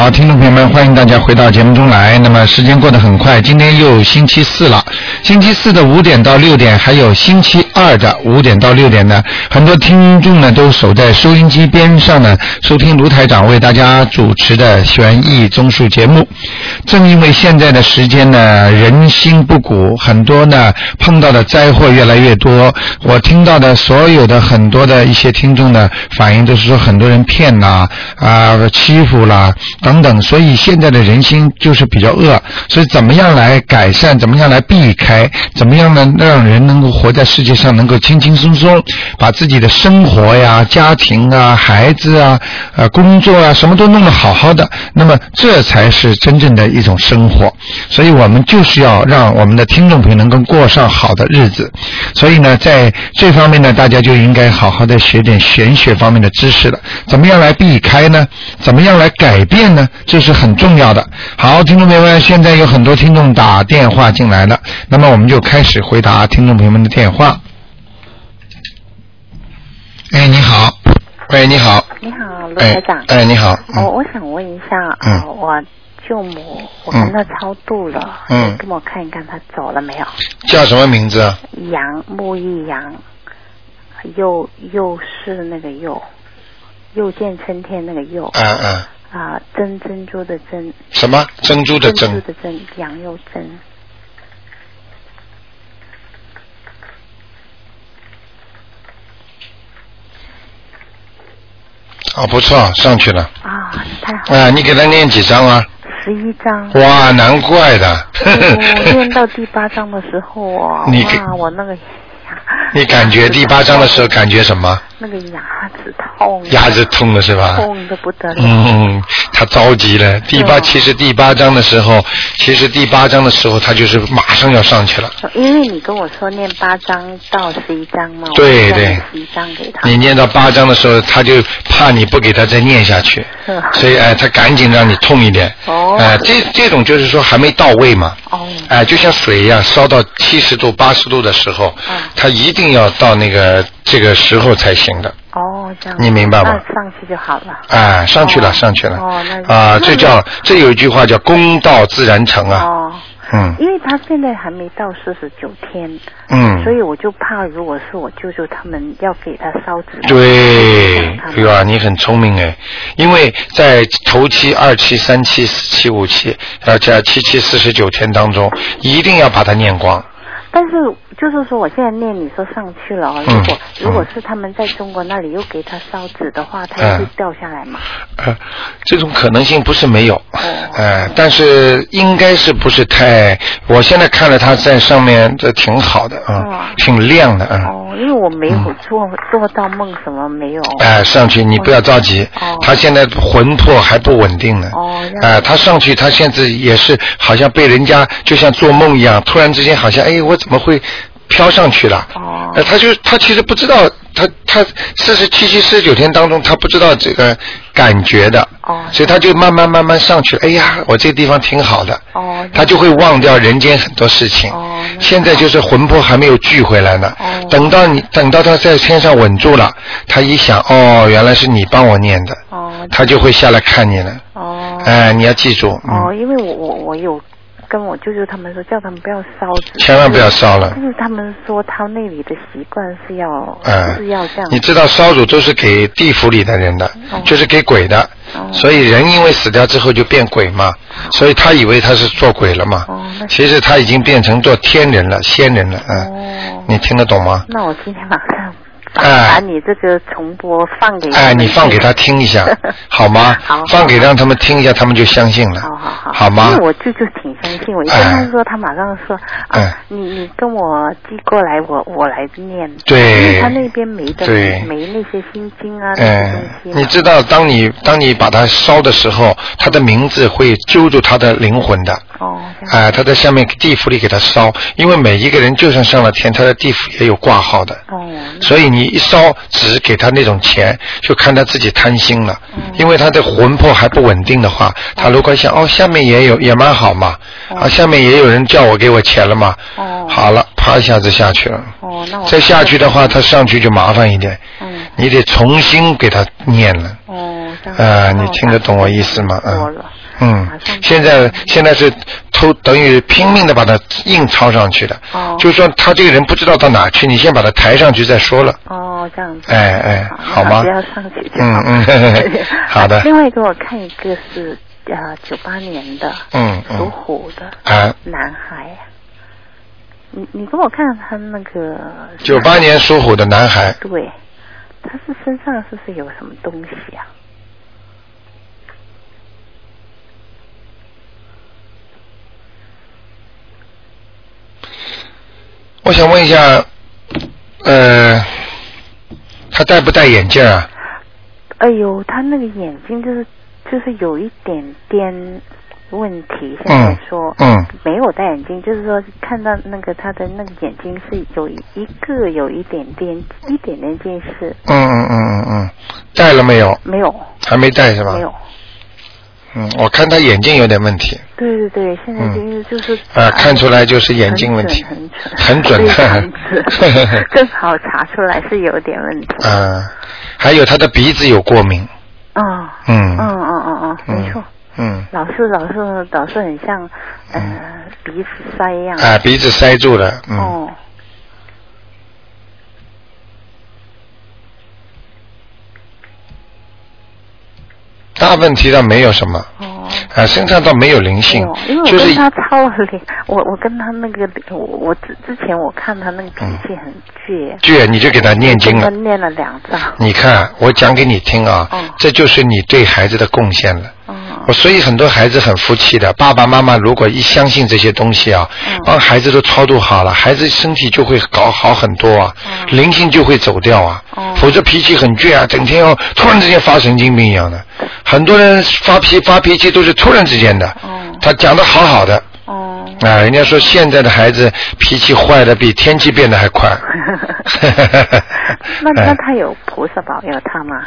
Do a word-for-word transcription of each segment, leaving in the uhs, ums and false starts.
好，听众朋友们，欢迎大家回到节目中来。那么时间过得很快，今天又星期四了。星期四的五点到六点，还有星期二的五点到六点呢，很多听众呢都守在收音机边上呢，收听卢台长为大家主持的悬疑综述节目。正因为现在的时间呢，人心不古，很多呢碰到的灾祸越来越多。我听到的所有的很多的一些听众呢反映都是说很多人骗啦啊、呃、欺负啦等等，所以现在的人心就是比较恶。所以怎么样来改善，怎么样来避开，怎么样呢让人能够活在世界上能够轻轻松松，把自己的生活呀、家庭啊、孩子啊、呃工作啊什么都弄得好好的，那么这才是真正的一种生活。所以我们就是要让我们的听众朋友能够过上好的日子。所以呢在这方面呢，大家就应该好好的学点玄学方面的知识了。怎么样来避开呢？怎么样来改变呢？这是很重要的。好，听众朋友们，现在有很多听众打电话进来了，那么我们就开始回答听众朋友们的电话。哎，你好。喂，你好。 你好，卢台长。 哎，哎你好。 嗯、我我想问一下啊、 嗯呃，我舅母，我跟她超度了， 嗯， 你跟我看一看她走了没有？ 叫什么名字啊？ 杨，木易杨，又又是那个又，又见春天那个又。 嗯嗯。 啊，珍珍珠的珍。 什么？珍珠的珍。 珍珠的珍，杨又珍。 哦，不错，上去了。 啊，太好了。 啊，你给他念几张啊？ 十一张。 哇，难怪的。 我念到第八章的时候啊， 你哇，我那个。 你感觉第八章的时候感觉什么？ 那个牙齿痛。 牙齿痛了是吧？ 痛得不得了。 嗯，他着急了。第八，其实第八章的时候，其实第八章的时候他就是马上要上去了。 因为你跟我说念八章到十一章嘛。 对对。 十一章给他。 你念到八章的时候，他就怕你不给他再念下去，所以哎，他赶紧让你痛一点。哦。哎，这这种就是说还没到位嘛。哦。哎，就像水一样，烧到七十度、八十度的时候，它一定要到那个这个时候才行的。 哦，这样。 你明白吗？ 那上去就好了。 哎，上去了，哦、上去了。 哦，那啊，这叫这有一句话叫公道自然成啊。 哦。嗯。因为他现在还没到四十九天。嗯。所以我就怕，如果是我舅舅他们要给他烧纸。 对，对吧？你很聪明哎，因为在头七、二七、三七、四七、五七，呃，加七七四十九天当中，一定要把它念光。 但是就是说，我现在念你说上去了、哦，如果、嗯、如果是他们在中国那里又给他烧纸的话，他又会掉下来吗？呃， 这种可能性不是没有，哦、呃，但是应该是不是太。我现在看了他在上面，这挺好的啊、嗯，挺亮的啊、嗯。 哦，因为我没有做、嗯、做到梦什么没有。 哎、呃，上去你不要着急，哦、他现在魂魄还不稳定呢。哦。哎、呃，他上去，他现在也是好像被人家就像做梦一样，突然之间好像哎我。怎么会飘上去了？哦，呃，他就他其实不知道，他他四十七七四十九天当中，他不知道这个感觉的，哦，所以他就慢慢慢慢上去了。哎呀，我这个地方挺好的，哦，他就会忘掉人间很多事情。哦，现在就是魂魄还没有聚回来呢。哦，等到你等到他在天上稳住了，他一想，哦，原来是你帮我念的，哦，他就会下来看你了。哦，哎、呃，你要记住。 哦，嗯、因为我我我有。跟我舅舅他们说，叫他们不要烧纸， 千万不要烧了。 就是他们说他那里的习惯是要， 嗯， 是要这样。 你知道烧纸都是给地府里的人的，哦、就是给鬼的，哦、所以人因为死掉之后就变鬼嘛，哦、所以他以为他是做鬼了嘛，哦、其实他已经变成做天人了、仙人了，嗯，哦、你听得懂吗？ 那我今天晚上。把你这个重播放给哎，你放给他听一下，好吗？好，放给让他们听一下，他们就相信了。 好好好， 好吗？ 因为我舅舅挺相信，我一跟他说，他马上说啊，你你跟我寄过来，我我来念。 对， 因为他那边没的，没那些心经啊那些东西。 你知道，当你当你把它烧的时候，他的名字会揪住他的灵魂的。哦。哎，他在下面地府里给他烧，因为每一个人就算上了天，他的地府也有挂号的。哦。所以你一烧只给他那种钱，就看他自己贪心了。嗯、因为他的魂魄还不稳定的话，他如果想哦，下面也有也蛮好嘛，哦、啊，下面也有人叫我给我钱了嘛，哦、好了，啪一下子下去了。哦、那我再下去的话，他上去就麻烦一点。嗯、你得重新给他念了。哦， 上啊，你听得懂我意思吗？ 嗯。 嗯，现在现在是偷等于拼命的把它硬抄上去的， 哦， 就是说他这个人不知道到哪去，你先把他抬上去再说了。 哦，这样子。 哎哎，好吗？ 不要上去就好。嗯嗯，好的。 另外一个我看一个是呃九八年的， 嗯嗯， 属虎的啊男孩，你你给我看他那个九八年属虎的男孩， 对，他是身上是不是有什么东西啊？ 我想问一下，呃，他戴不戴眼镜啊？ 哎呦，他那个眼睛就是就是有一点点问题。现在说， 嗯，嗯没有戴眼镜，就是说看到那个他的那个眼睛是有一个有一点点一点点近视。 嗯嗯嗯嗯嗯，戴了没有？ 没有。 还没戴是吧？ 没有。 嗯，我看他眼睛有点问题。 对对对，现在就是就是。 啊，看出来就是眼睛问题。 很准， 很准。 很准。正好查出来是有点问题。 嗯，还有他的鼻子有过敏。 哦。 嗯。 嗯嗯嗯嗯，没错。 嗯。 老是老是老是很像呃鼻子塞一样。 啊，鼻子塞住了。嗯。哦。大问题倒没有什么，哦，啊，身上倒没有灵性， 哦、因为我跟他超了灵，我我跟他那个，我我之之前我看他那个脾气很倔，倔你就给他念经了， 念了两张。 你看，我讲给你听啊，哦、这就是你对孩子的贡献了。哦，所以很多孩子很服气的，爸爸妈妈如果一相信这些东西啊，嗯、帮孩子都超度好了，孩子身体就会搞好很多啊，嗯、灵性就会走掉啊，哦、否则脾气很倔啊，整天要突然之间发神经病一样的。很多人发脾发脾气都是突然之间的，哦、他讲的好好的，哦、啊，人家说现在的孩子脾气坏的比天气变得还快。 那那他有菩萨保佑他吗？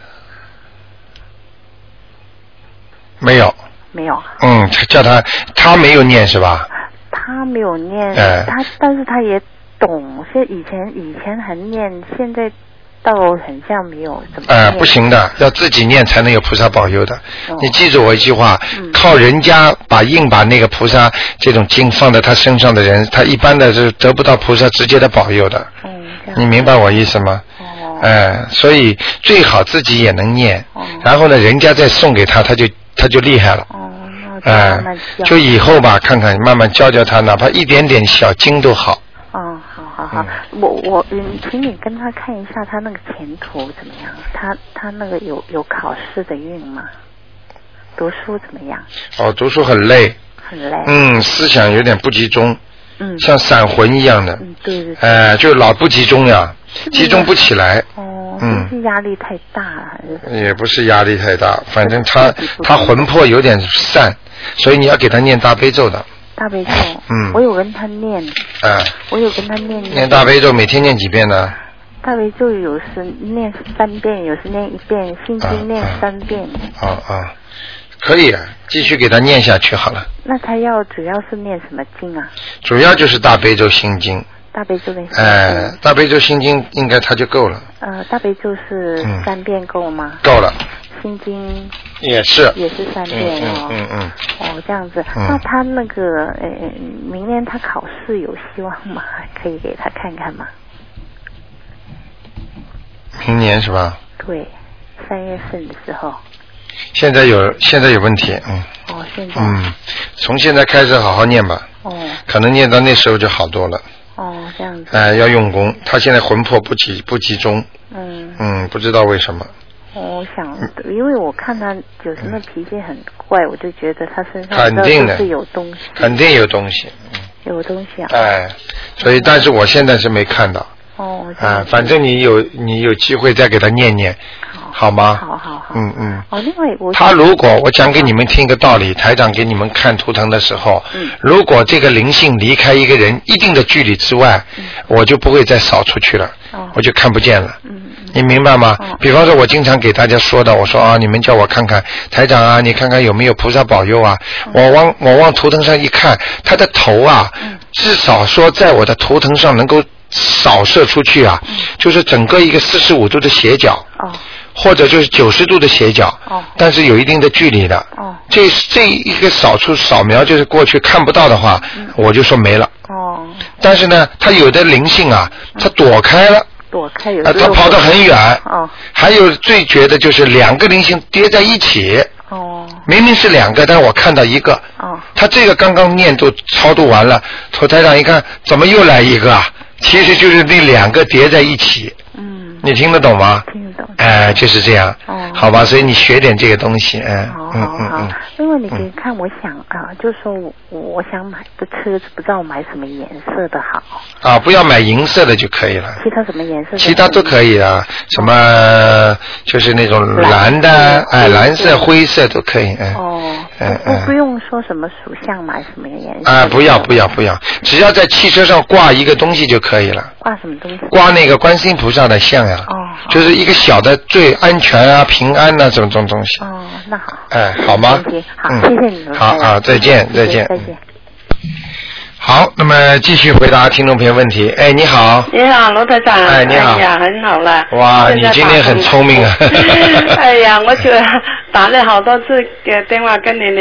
没有。 没有。 嗯，叫他他没有念是吧？ 他没有念，哎、他但是他也懂，现以前以前很念，现在。倒很像没有怎么。呃， 不行的，要自己念才能有菩萨保佑的。哦、你记住我一句话，嗯、靠人家把硬把那个菩萨这种经放在他身上的人，他一般的是得不到菩萨直接的保佑的。嗯，你明白我意思吗？哦。哎、呃，所以最好自己也能念，哦、然后呢，人家再送给他，他就他就厉害了。哦，那哎、呃，就以后吧，看看慢慢教教他，哪怕一点点小经都好。 哦，好好好，嗯、我我嗯，请你跟他看一下他那个前途怎么样？他他那个有有考试的运吗？读书怎么样？ 哦，读书很累。 很累。 嗯，思想有点不集中。嗯。像散魂一样的。 嗯，对对对。 哎、呃，就老不集中呀，集中不起来。 哦。嗯。是压力太大了还是？ 也不是压力太大，反正他他魂魄有点散，所以你要给他念大悲咒的。 大悲咒，嗯，我有跟他念， 啊， 我有跟他念。 念大悲咒，每天念几遍呢？ 大悲咒有时念三遍，有时念一遍，心经念三遍。 啊啊，可以啊，继续给他念下去好了。 那他要主要是念什么经啊？ 主要就是大悲咒心经。 大悲咒的心经。 哎，大悲咒心经应该他就够了。 呃，大悲咒是三遍够吗？ 够了。 心经也是也是三遍哦， 嗯嗯嗯哦这样子，嗯、那他那个呃明年他考试有希望吗？可以给他看看吗？ 明年是吧？ 对，三月份的时候。 现在有现在有问题，嗯。 哦，现在。 嗯，从现在开始好好念吧。哦。可能念到那时候就好多了。 哦，这样子。 哎、呃，要用功，他现在魂魄不集不集中。嗯。嗯，不知道为什么。 我想，因为我看他有时候脾气很怪，我就觉得他身上肯定的是有东西， 肯定有东西， 嗯、有东西啊。 哎，所以，但是我现在是没看到。哦。啊，反正你有你有机会再给他念念，好，好吗？ 好好好。 嗯嗯。 哦，另外我。 他如果我讲给你们听一个道理，台长给你们看图腾的时候，嗯，如果这个灵性离开一个人一定的距离之外，嗯，我就不会再扫出去了，哦，我就看不见了。嗯。你明白吗？哦、比方说我经常给大家说的，我说啊，你们叫我看看台长啊，你看看有没有菩萨保佑啊。嗯、我往我往图腾上一看，他的头啊，嗯、至少说在我的图腾上能够扫射出去啊，嗯、就是整个一个四十五度的斜角。哦。 或者就是九十度的斜角， 哦， 但是有一定的距离的。 哦， 这这一个扫出扫描就是过去看不到的话， 嗯、 我就说没了。 哦。 但是呢，它有的灵性啊，它躲开了。 躲开有。 啊，它跑得很远。 哦。 还有最绝的就是两个灵性叠在一起。 哦。 明明是两个，但是我看到一个。 哦。 他这个刚刚念都超度完了，头台上一看，怎么又来一个啊？其实就是那两个叠在一起。嗯。你听得懂吗？ 听得懂。 哎、呃，就是这样。哦。好吧，所以你学点这个东西，嗯、呃。 好好好。因为你可以看，我想啊、呃，就是说我我想买个车子，不知道买什么颜色的好。 啊，不要买银色的就可以了。 其他什么颜色？ 其他都可以啊，什么就是那种蓝的，哎，蓝色、灰色都可以，嗯。哦。 嗯嗯。不用说什么属相买什么颜色。 啊，不要不要不要，只要在汽车上挂一个东西就可以了。 挂什么东西？ 挂那个观世音菩萨的像呀。哦。就是一个小的最安全啊、平安啊这种这种东西。 哦，那好。 哎，好吗？ 好，谢谢你。 好啊，再见再见。 再见。 好，那么继续回答听众朋友问题。哎，你好。 你好，罗台长。 哎，你好。 哎呀，很好了。 哇，你今天很聪明啊。 哎呀，我就打了好多次嘅电话跟你